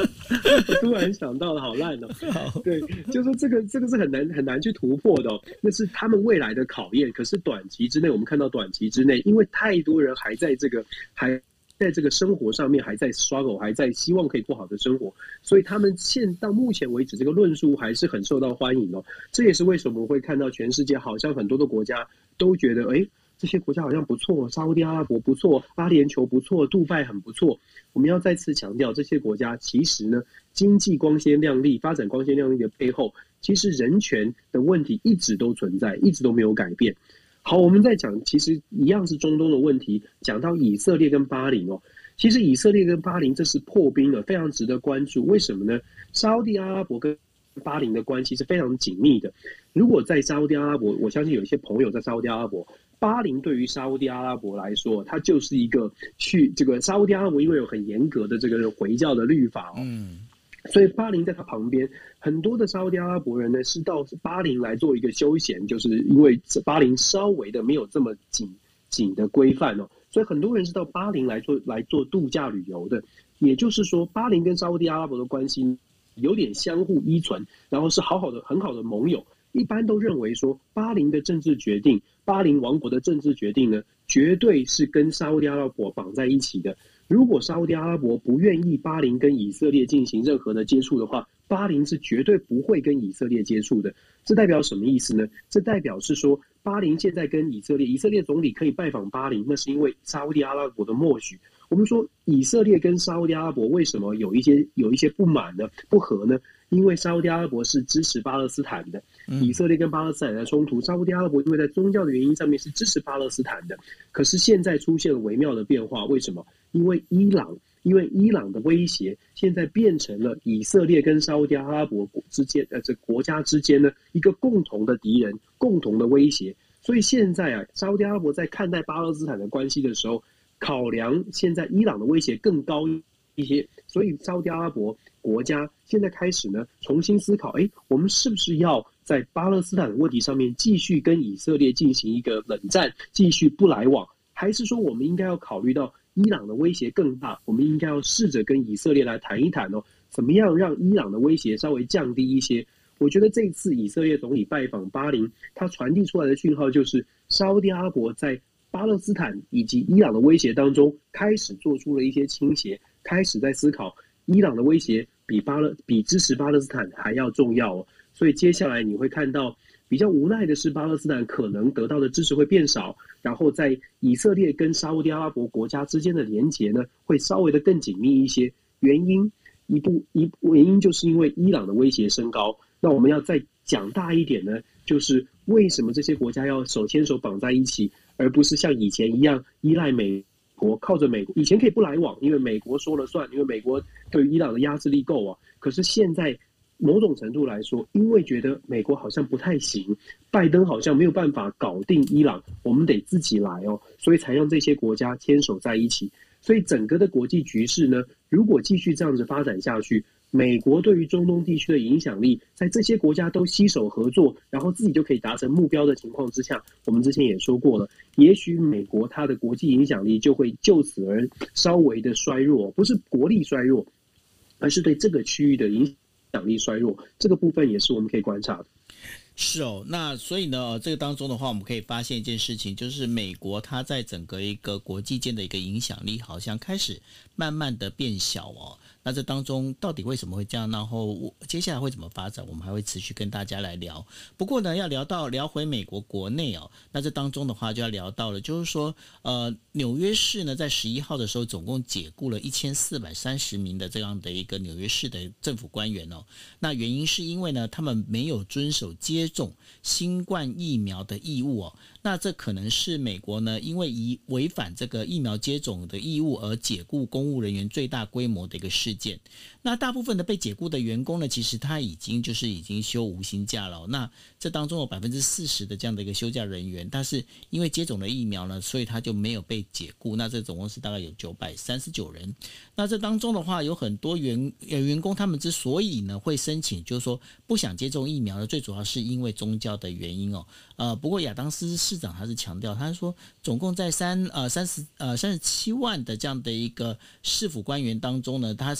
我突然想到了，好烂哦。对，就是说这个是很难去突破的哦，那是他们未来的考验。可是短期之内，我们看到短期之内，因为太多人还在这个生活上面还在 struggle， 还在希望可以过好的生活，所以他们到目前为止，这个论述还是很受到欢迎哦。这也是为什么我们会看到全世界好像很多的国家都觉得，哎，这些国家好像不错，沙烏地阿拉伯不错，阿联酋不错，杜拜很不错。我们要再次强调，这些国家其实呢，经济光鲜亮丽、发展光鲜亮丽的背后，其实人权的问题一直都存在，一直都没有改变。好，我们再讲，其实一样是中东的问题。讲到以色列跟巴林哦，其实以色列跟巴林这是破冰了，非常值得关注。为什么呢？沙烏地阿拉伯跟巴林的关系是非常紧密的。如果在沙烏地阿拉伯，我相信有一些朋友在沙烏地阿拉伯，巴林对于沙烏地阿拉伯来说，它就是一个这个沙烏地阿拉伯，因为有很严格的这个回教的律法哦。所以巴林在他旁边，很多的沙烏地阿拉伯人呢是到巴林来做一个休闲，就是因为巴林稍微的没有这么紧的规范哦，所以很多人是到巴林来做度假旅游的。也就是说，巴林跟沙烏地阿拉伯的关系有点相互依存，然后是很好的盟友。一般都认为说，巴林的政治决定，巴林王国的政治决定呢，绝对是跟沙烏地阿拉伯绑在一起的。如果沙烏地阿拉伯不愿意巴林跟以色列进行任何的接触的话，巴林是绝对不会跟以色列接触的。这代表什么意思呢？这代表是说，巴林现在跟以色列总理可以拜访巴林，那是因为沙烏地阿拉伯的默许。我们说以色列跟沙烏地阿拉伯为什么有一些不满呢？不和呢？因为沙烏地阿拉伯是支持巴勒斯坦的，以色列跟巴勒斯坦的冲突，沙烏地阿拉伯因为在宗教的原因上面是支持巴勒斯坦的。可是现在出现了微妙的变化，为什么？因为伊朗的威胁，现在变成了以色列跟沙烏地阿拉伯之间这国家之间呢一个共同的敌人，共同的威胁。所以现在啊，沙烏地阿拉伯在看待巴勒斯坦的关系的时候，考量现在伊朗的威胁更高一些，所以沙烏地阿拉伯国家现在开始呢重新思考，我们是不是要在巴勒斯坦的问题上面继续跟以色列进行一个冷战，继续不来往，还是说我们应该要考虑到伊朗的威胁更大，我们应该要试着跟以色列来谈一谈哦，怎么样让伊朗的威胁稍微降低一些？我觉得这次以色列总理拜访巴林，他传递出来的讯号就是沙烏地阿拉伯在巴勒斯坦以及伊朗的威胁当中开始做出了一些倾斜，开始在思考伊朗的威胁比支持巴勒斯坦还要重要哦。所以接下来你会看到比较无奈的是，巴勒斯坦可能得到的支持会变少，然后在以色列跟沙烏地阿拉伯国家之间的连结呢，会稍微的更紧密一些。原因就是因为伊朗的威胁升高。那我们要再讲大一点呢，就是为什么这些国家要手牵手绑在一起，而不是像以前一样依赖美国，靠着美国。以前可以不来往，因为美国说了算，因为美国对于伊朗的压制力够啊。可是现在某种程度来说，因为觉得美国好像不太行，拜登好像没有办法搞定伊朗，我们得自己来哦，所以才让这些国家牵手在一起。所以整个的国际局势呢，如果继续这样子发展下去，美国对于中东地区的影响力，在这些国家都携手合作，然后自己就可以达成目标的情况之下，我们之前也说过了，也许美国它的国际影响力就会就此而稍微的衰弱，不是国力衰弱，而是对这个区域的影响力衰弱。这个部分也是我们可以观察的。 是哦，那所以呢，这个当中的话，我们可以发现一件事情，就是美国它在整个一个国际间的一个影响力，好像开始慢慢的变小哦。那这当中到底为什么会这样？然后接下来会怎么发展？我们还会持续跟大家来聊。不过呢，要聊回美国国内哦，那这当中的话就要聊到了，就是说，纽约市呢在11号的时候，总共解雇了1430名的这样的一个纽约市的政府官员哦。那原因是因为呢，他们没有遵守接种新冠疫苗的义务哦。那这可能是美国呢，因为违反这个疫苗接种的义务而解雇公务人员最大规模的一个事件。那大部分的被解雇的员工呢，其实他已经休无薪假了。那这当中有40%的这样的一个休假人员，但是因为接种了疫苗呢，所以他就没有被解雇。那这总共是大概有939人。那这当中的话，有很多员工他们之所以呢会申请，就是说不想接种疫苗呢，最主要是因为宗教的原因哦。不过亚当斯市长他是强调，他说总共在37万的这样的一个市府官员当中呢，他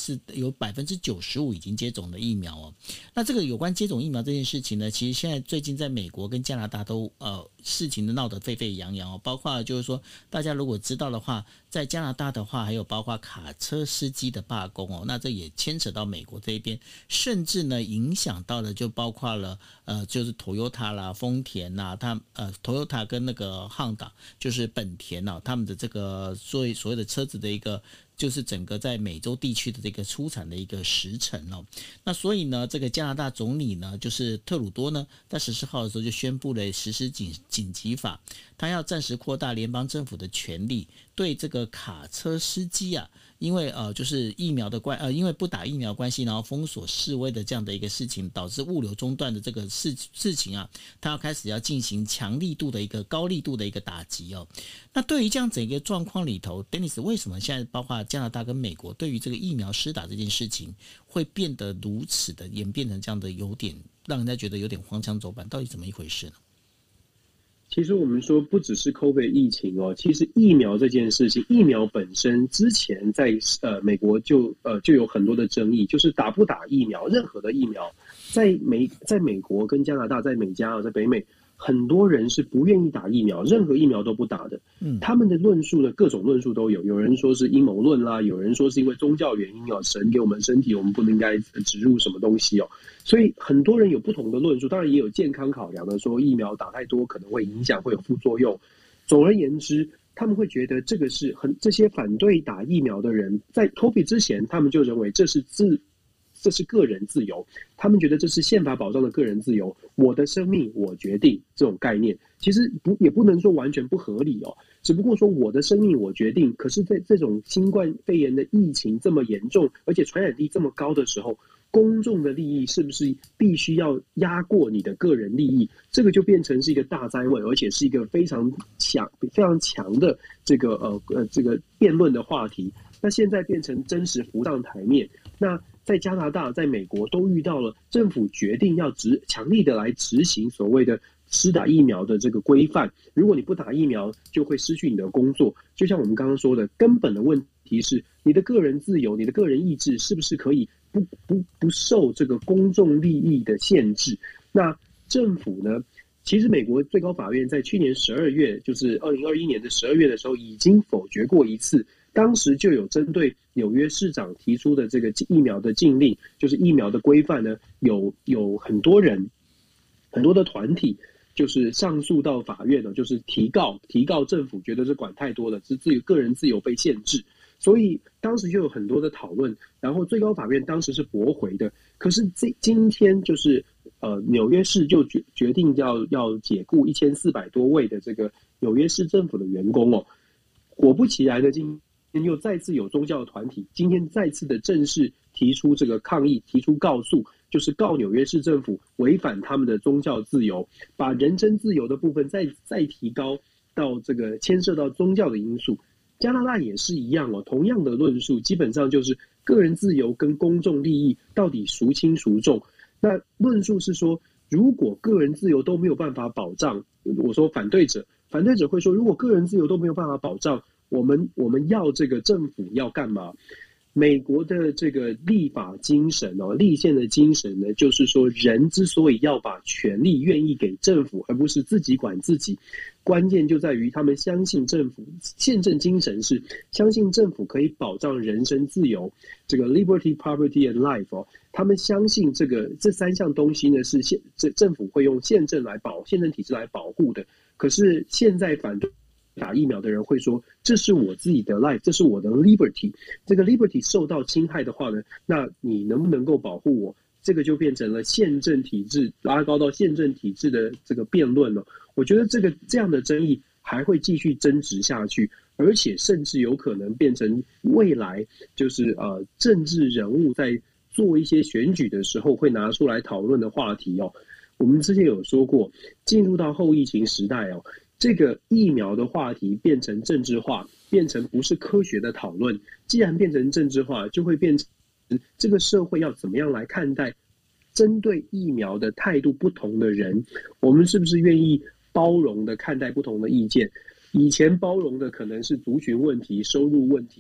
是有95%已经接种了疫苗哦。那这个有关接种疫苗这件事情呢，其实现在最近在美国跟加拿大都事情都闹得沸沸扬扬哦，包括就是说大家如果知道的话，在加拿大的话，还有包括卡车司机的罢工哦，那这也牵扯到美国这一边，甚至呢影响到的就包括了就是 Toyota 啦、丰田啦，Toyota 跟那个 Honda 就是本田啊，他们的这个所谓的车子的一个。就是整个在美洲地区的这个出产的一个时程哦，那所以呢，这个加拿大总理呢，就是特鲁多呢，在14号的时候就宣布了实施紧急法，他要暂时扩大联邦政府的权力，对这个卡车司机啊，因为就是疫苗的因为不打疫苗关系，然后封锁示威的这样的一个事情，导致物流中断的这个事情啊，他要开始要进行高力度的一个打击哦。那对于这样整个状况里头 ，Dennis 为什么现在包括加拿大跟美国对于这个疫苗施打这件事情会变得如此的演变成这样的有点让人家觉得有点荒腔走板，到底怎么一回事呢？ 其实我们说不只是 COVID 疫情哦，其实疫苗这件事情，疫苗本身之前在美国就有很多的争议，就是打不打疫苗，任何的疫苗，在美国跟加拿大，在美加在北美，很多人是不愿意打疫苗，任何疫苗都不打的。他们的论述呢，各种论述都有，有人说是阴谋论啦，有人说是因为宗教原因哦，神给我们身体，我们不应该植入什么东西哦。所以很多人有不同的论述，当然也有健康考量的，说疫苗打太多可能会影响，会有副作用。总而言之，他们会觉得这个是这些反对打疫苗的人，在 COVID 之前，他们就认为这是个人自由，他们觉得这是宪法保障的个人自由，我的生命我决定这种概念，其实也不能说完全不合理哦，只不过说我的生命我决定。可是在这种新冠肺炎的疫情这么严重，而且传染力这么高的时候，公众的利益是不是必须要压过你的个人利益？这个就变成是一个大灾问，而且是一个非常强的这个辩论的话题。那现在变成真实浮上台面，那在加拿大、在美国都遇到了政府决定要强力的来执行所谓的施打疫苗的这个规范。如果你不打疫苗，就会失去你的工作。就像我们刚刚说的，根本的问题是你的个人自由、你的个人意志是不是可以不受这个公众利益的限制？那政府呢？其实美国最高法院在去年12月，就是2021年的12月的时候，已经否决过一次。当时就有针对纽约市长提出的这个疫苗的禁令，就是疫苗的规范呢，有很多人、很多的团体，就是上诉到法院呢，就是提告政府，觉得这管太多了，是个人自由被限制。所以当时就有很多的讨论，然后最高法院当时是驳回的。可是今天就是纽约市就决定要解雇1400多位的这个纽约市政府的员工哦。果不其然的，今天又再次有宗教团体今天再次的正式提出这个抗议，提出告诉，就是告纽约市政府违反他们的宗教自由，把人身自由的部分再提高到这个牵涉到宗教的因素。加拿大也是一样哦，同样的论述，基本上就是个人自由跟公众利益到底孰轻孰重。那论述是说，如果个人自由都没有办法保障，我说反对者会说，如果个人自由都没有办法保障，我们要这个政府要干嘛？美国的这个立法精神哦，立宪的精神呢，就是说人之所以要把权力愿意给政府，而不是自己管自己，关键就在于他们相信政府，宪政精神是相信政府可以保障人身自由，这个 liberty, property and life 哦，他们相信这三项东西呢是政府会用宪政体制来保护的。可是现在反对打疫苗的人会说，这是我自己的 life， 这是我的 liberty， 这个 liberty 受到侵害的话呢，那你能不能够保护我？这个就变成了宪政体制拉高到宪政体制的这个辩论了。我觉得这样的争议还会继续争执下去，而且甚至有可能变成未来就是政治人物在做一些选举的时候会拿出来讨论的话题哦。我们之前有说过，进入到后疫情时代哦，这个疫苗的话题变成政治化，变成不是科学的讨论。既然变成政治化，就会变成这个社会要怎么样来看待针对疫苗的态度不同的人，我们是不是愿意包容的看待不同的意见？以前包容的可能是族群问题、收入问题、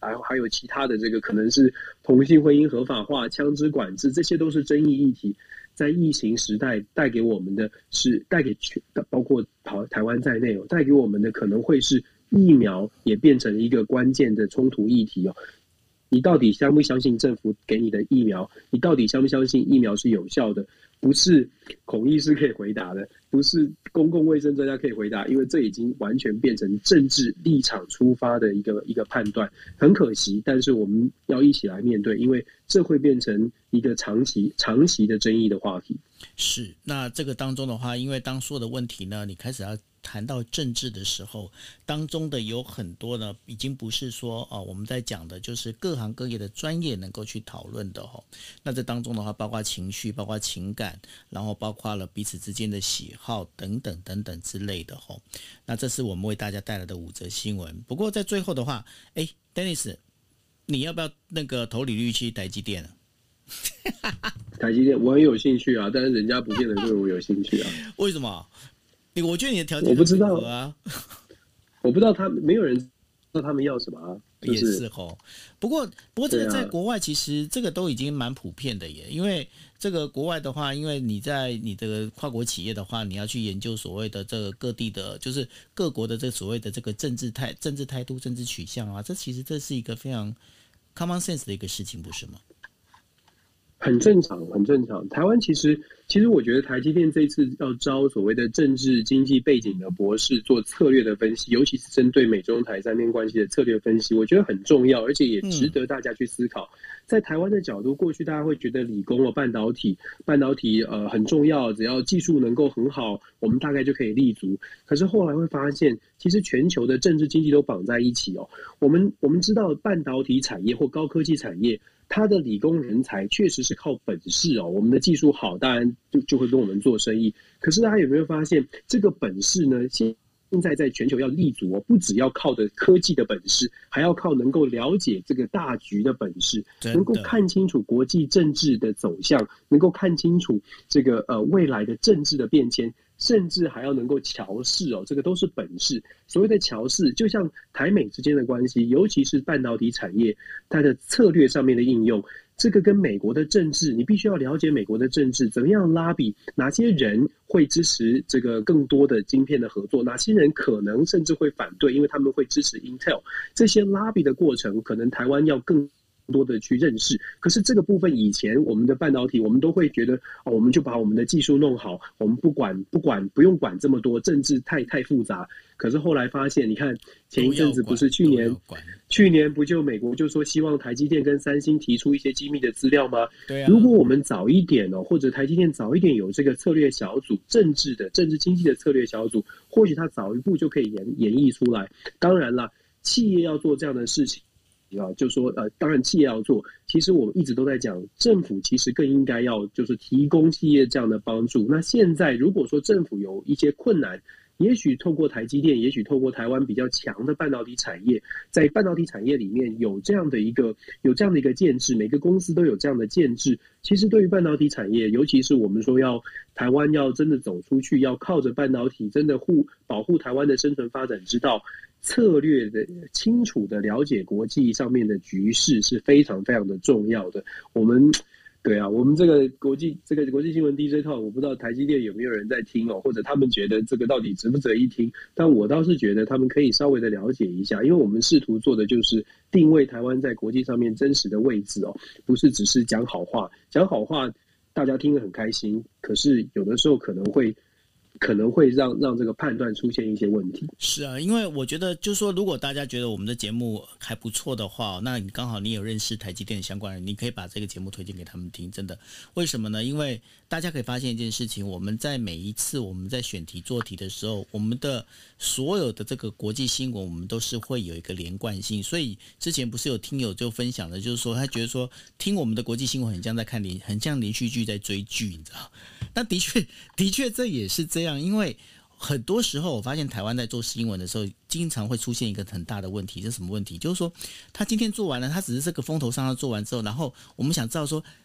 还有其他的这个可能是同性婚姻合法化、枪支管制，这些都是争议议题。在疫情时代带给我们的是包括台湾在内带给我们的可能会是疫苗也变成一个关键的冲突议题哦。你到底相不相信政府给你的疫苗？你到底相不相信疫苗是有效的？不是孔医师可以回答的，不是公共卫生专家可以回答，因为这已经完全变成政治立场出发的一个判断，很可惜。但是我们要一起来面对，因为这会变成一个长期的争议的话题。 是，那这个当中的话，因为当所有的问题呢，你开始要谈到政治的时候，当中的有很多呢，已经不是说我们在讲的就是各行各业的专业能够去讨论的那这当中的话，包括情绪，包括情感，然后包括了彼此之间的喜好等等等等之类的那这是我们为大家带来的5则新闻。不过在最后的话，Dennis， 你要不要那个投履历去台积电台积电我很有兴趣啊，但是人家不见得对我有兴趣啊。 为什么？我觉得你的条件我不知道啊， 我不知道没有人知道他们要什么啊。 也是不过这个在国外其实这个都已经蛮普遍的耶，因为这个国外的话，因为你在你的跨国企业的话，你要去研究所谓的这个各地的，就是各国的这所谓的这个政治态度、政治取向啊，这是一个非常 common sense 的一个事情，不是吗？ 很正常，很正常。台湾其实我觉得台积电这一次要招所谓的政治经济背景的博士做策略的分析，尤其是针对美中台三边关系的策略分析，我觉得很重要，而且也值得大家去思考。在台湾的角度，过去大家会觉得理工半导体很重要，只要技术能够很好，我们大概就可以立足。可是后来会发现，其实全球的政治经济都绑在一起哦。我们知道半导体产业或高科技产业，他的理工人才确实是靠本事哦，我们的技术好，当然就会跟我们做生意。可是大家有没有发现，这个本事呢？现在在全球要立足不只要靠的科技的本事，还要靠能够了解这个大局的本事，能够看清楚国际政治的走向，能够看清楚这个未来的政治的变迁。甚至还要能够桥事这个都是本事。所谓的桥事，就像台美之间的关系，尤其是半导体产业，它的策略上面的应用，这个跟美国的政治，你必须要了解美国的政治怎么样拉比，哪些人会支持这个更多的晶片的合作，哪些人可能甚至会反对，因为他们会支持 Intel。这些拉比的过程，可能台湾要更多的去认识。可是这个部分以前我们的半导体，我们都会觉得我们就把我们的技术弄好，我们不用管这么多，政治太复杂。可是后来发现，你看前一阵子不是去年不就美国就说希望台积电跟三星提出一些机密的资料吗？ 对啊。 如果我们早一点或者台积电早一点有这个策略小组，政治经济的策略小组，或许他早一步就可以演绎出来。当然了，企业要做这样的事情就说当然企业要做，其实我们一直都在讲，政府其实更应该要就是提供企业这样的帮助。那现在如果说政府有一些困难，也许透过台积电，也许透过台湾比较强的半导体产业，在半导体产业里面有这样的一个建制，每个公司都有这样的建制。其实对于半导体产业，尤其是我们说台湾要真的走出去，要靠着半导体真的保护台湾的生存发展之道，策略的清楚的了解国际上面的局势是非常非常的重要的。我们这个国际新闻 DJ Talk， 我不知道台积电有没有人在听或者他们觉得这个到底值不值得一听？但我倒是觉得他们可以稍微的了解一下，因为我们试图做的就是定位台湾在国际上面真实的位置不是只是讲好话，大家听得很开心，可是有的时候可能会让这个判断出现一些问题。 是啊，因为我觉得就是说，如果大家觉得我们的节目还不错的话，那你刚好你有认识台积电相关人，你可以把这个节目推荐给他们听。真的，为什么呢？因为大家可以发现一件事情，我们在每一次我们在选题做题的时候，我们的所有的这个国际新闻，我们都是会有一个连贯性。所以之前不是有听友就分享的，就是说他觉得说听我们的国际新闻很像连续剧在追剧，你知道？那的确这也是这样，因为很多时候我发现台湾在做新闻的时候，经常会出现一个很大的问题。这是什么问题？就是说他今天做完了，他只是这个风头上他做完之后，然后我们想知道说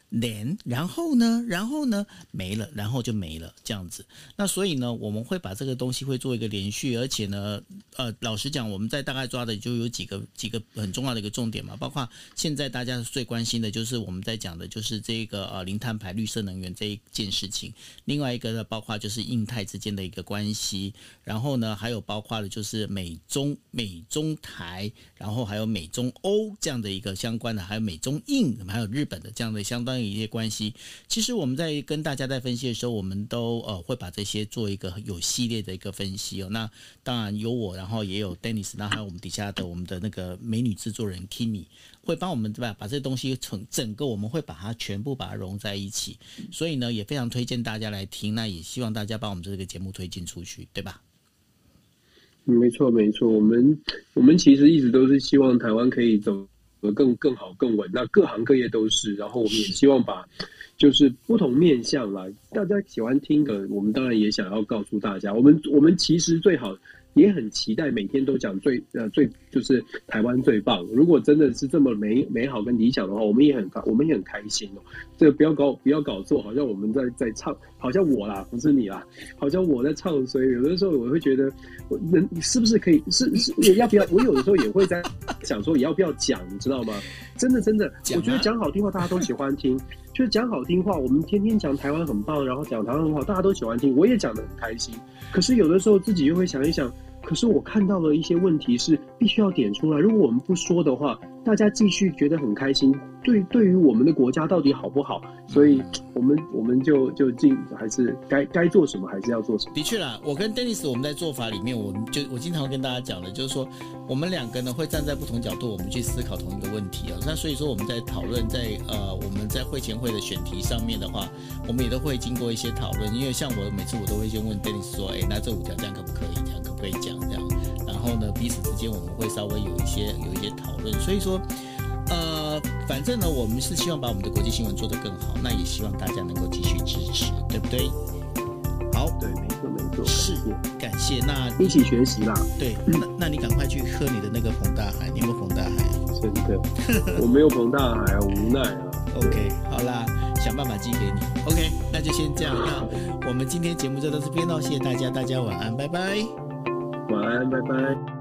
then 然后呢没了，然后就没了这样子。那所以呢，我们会把这个东西会做一个连续，而且呢，老实讲，我们在大概抓的就有几个很重要的一个重点嘛，包括现在大家最关心的就是我们在讲的就是这个零碳排、绿色能源这一件事情。另外一个呢，包括就是印太之间的一个关系，然后呢，还有包括的就是美中台，然后还有美中欧这样的一个相关的，还有美中印，还有日本的这样的相当于一些关系。其实我们在跟大家在分析的时候，我们都会把这些做一个有系列的一个分析哦。那当然有我，然后也有 Dennis， 那还有我们底下的我们的那个美女制作人 Kimi， 会帮我们把这些东西整个我们会把它全部把它融在一起。所以呢，也非常推荐大家来听，那也希望大家把我们这个节目推进出去，对吧？ 没错，我们其实一直都是希望台湾可以走得更好、更稳。那各行各业都是，然后我们也希望把就是不同面向啦，大家喜欢听的，我们当然也想要告诉大家，我们其实最好。也很期待每天都讲最就是台湾最棒。如果真的是这么美好跟理想的话，我们也很开心哦。这个不要搞错，好像我们在唱，好像我啦，不是你啦，好像我在唱衰。有的时候我会觉得，你是不是可以是要不要？我有的时候也会在想说，也要不要讲，你知道吗？真的，我觉得讲好听话大家都喜欢听。就是讲好听话，我们天天讲台湾很棒，然后讲台湾很好，大家都喜欢听，我也讲得很开心。可是有的时候自己又会想一想，可是我看到了一些问题是必须要点出来，如果我们不说的话，大家继续觉得很开心，对于我们的国家到底好不好？所以我们就还是该做什么还是要做什么。 的确啦，我跟 Dennis 我们在做法里面，我经常会跟大家讲的，就是说我们两个呢会站在不同角度，我们去思考同一个问题那所以说我们在讨论我们在会前会的选题上面的话，我们也都会经过一些讨论。因为像我每次我都会先问 Dennis 说，那这5条这样可不可以？这样可不可以讲？这样，然后呢彼此之间我们会稍微有一些讨论。所以说。反正呢，我们是希望把我们的国际新闻做得更好，那也希望大家能够继续支持，对不对？好， 对，没错， 是感谢。那一起学习啦。 对，那你赶快去喝你的那个彭大海，你有没有彭大海？ 真的，我没有彭大海啊，无奈啊。 OK， 好啦，想办法寄给你。OK， 那就先这样。那我们今天节目就到这边喽，谢谢大家，大家晚安，拜拜。 晚安，拜拜。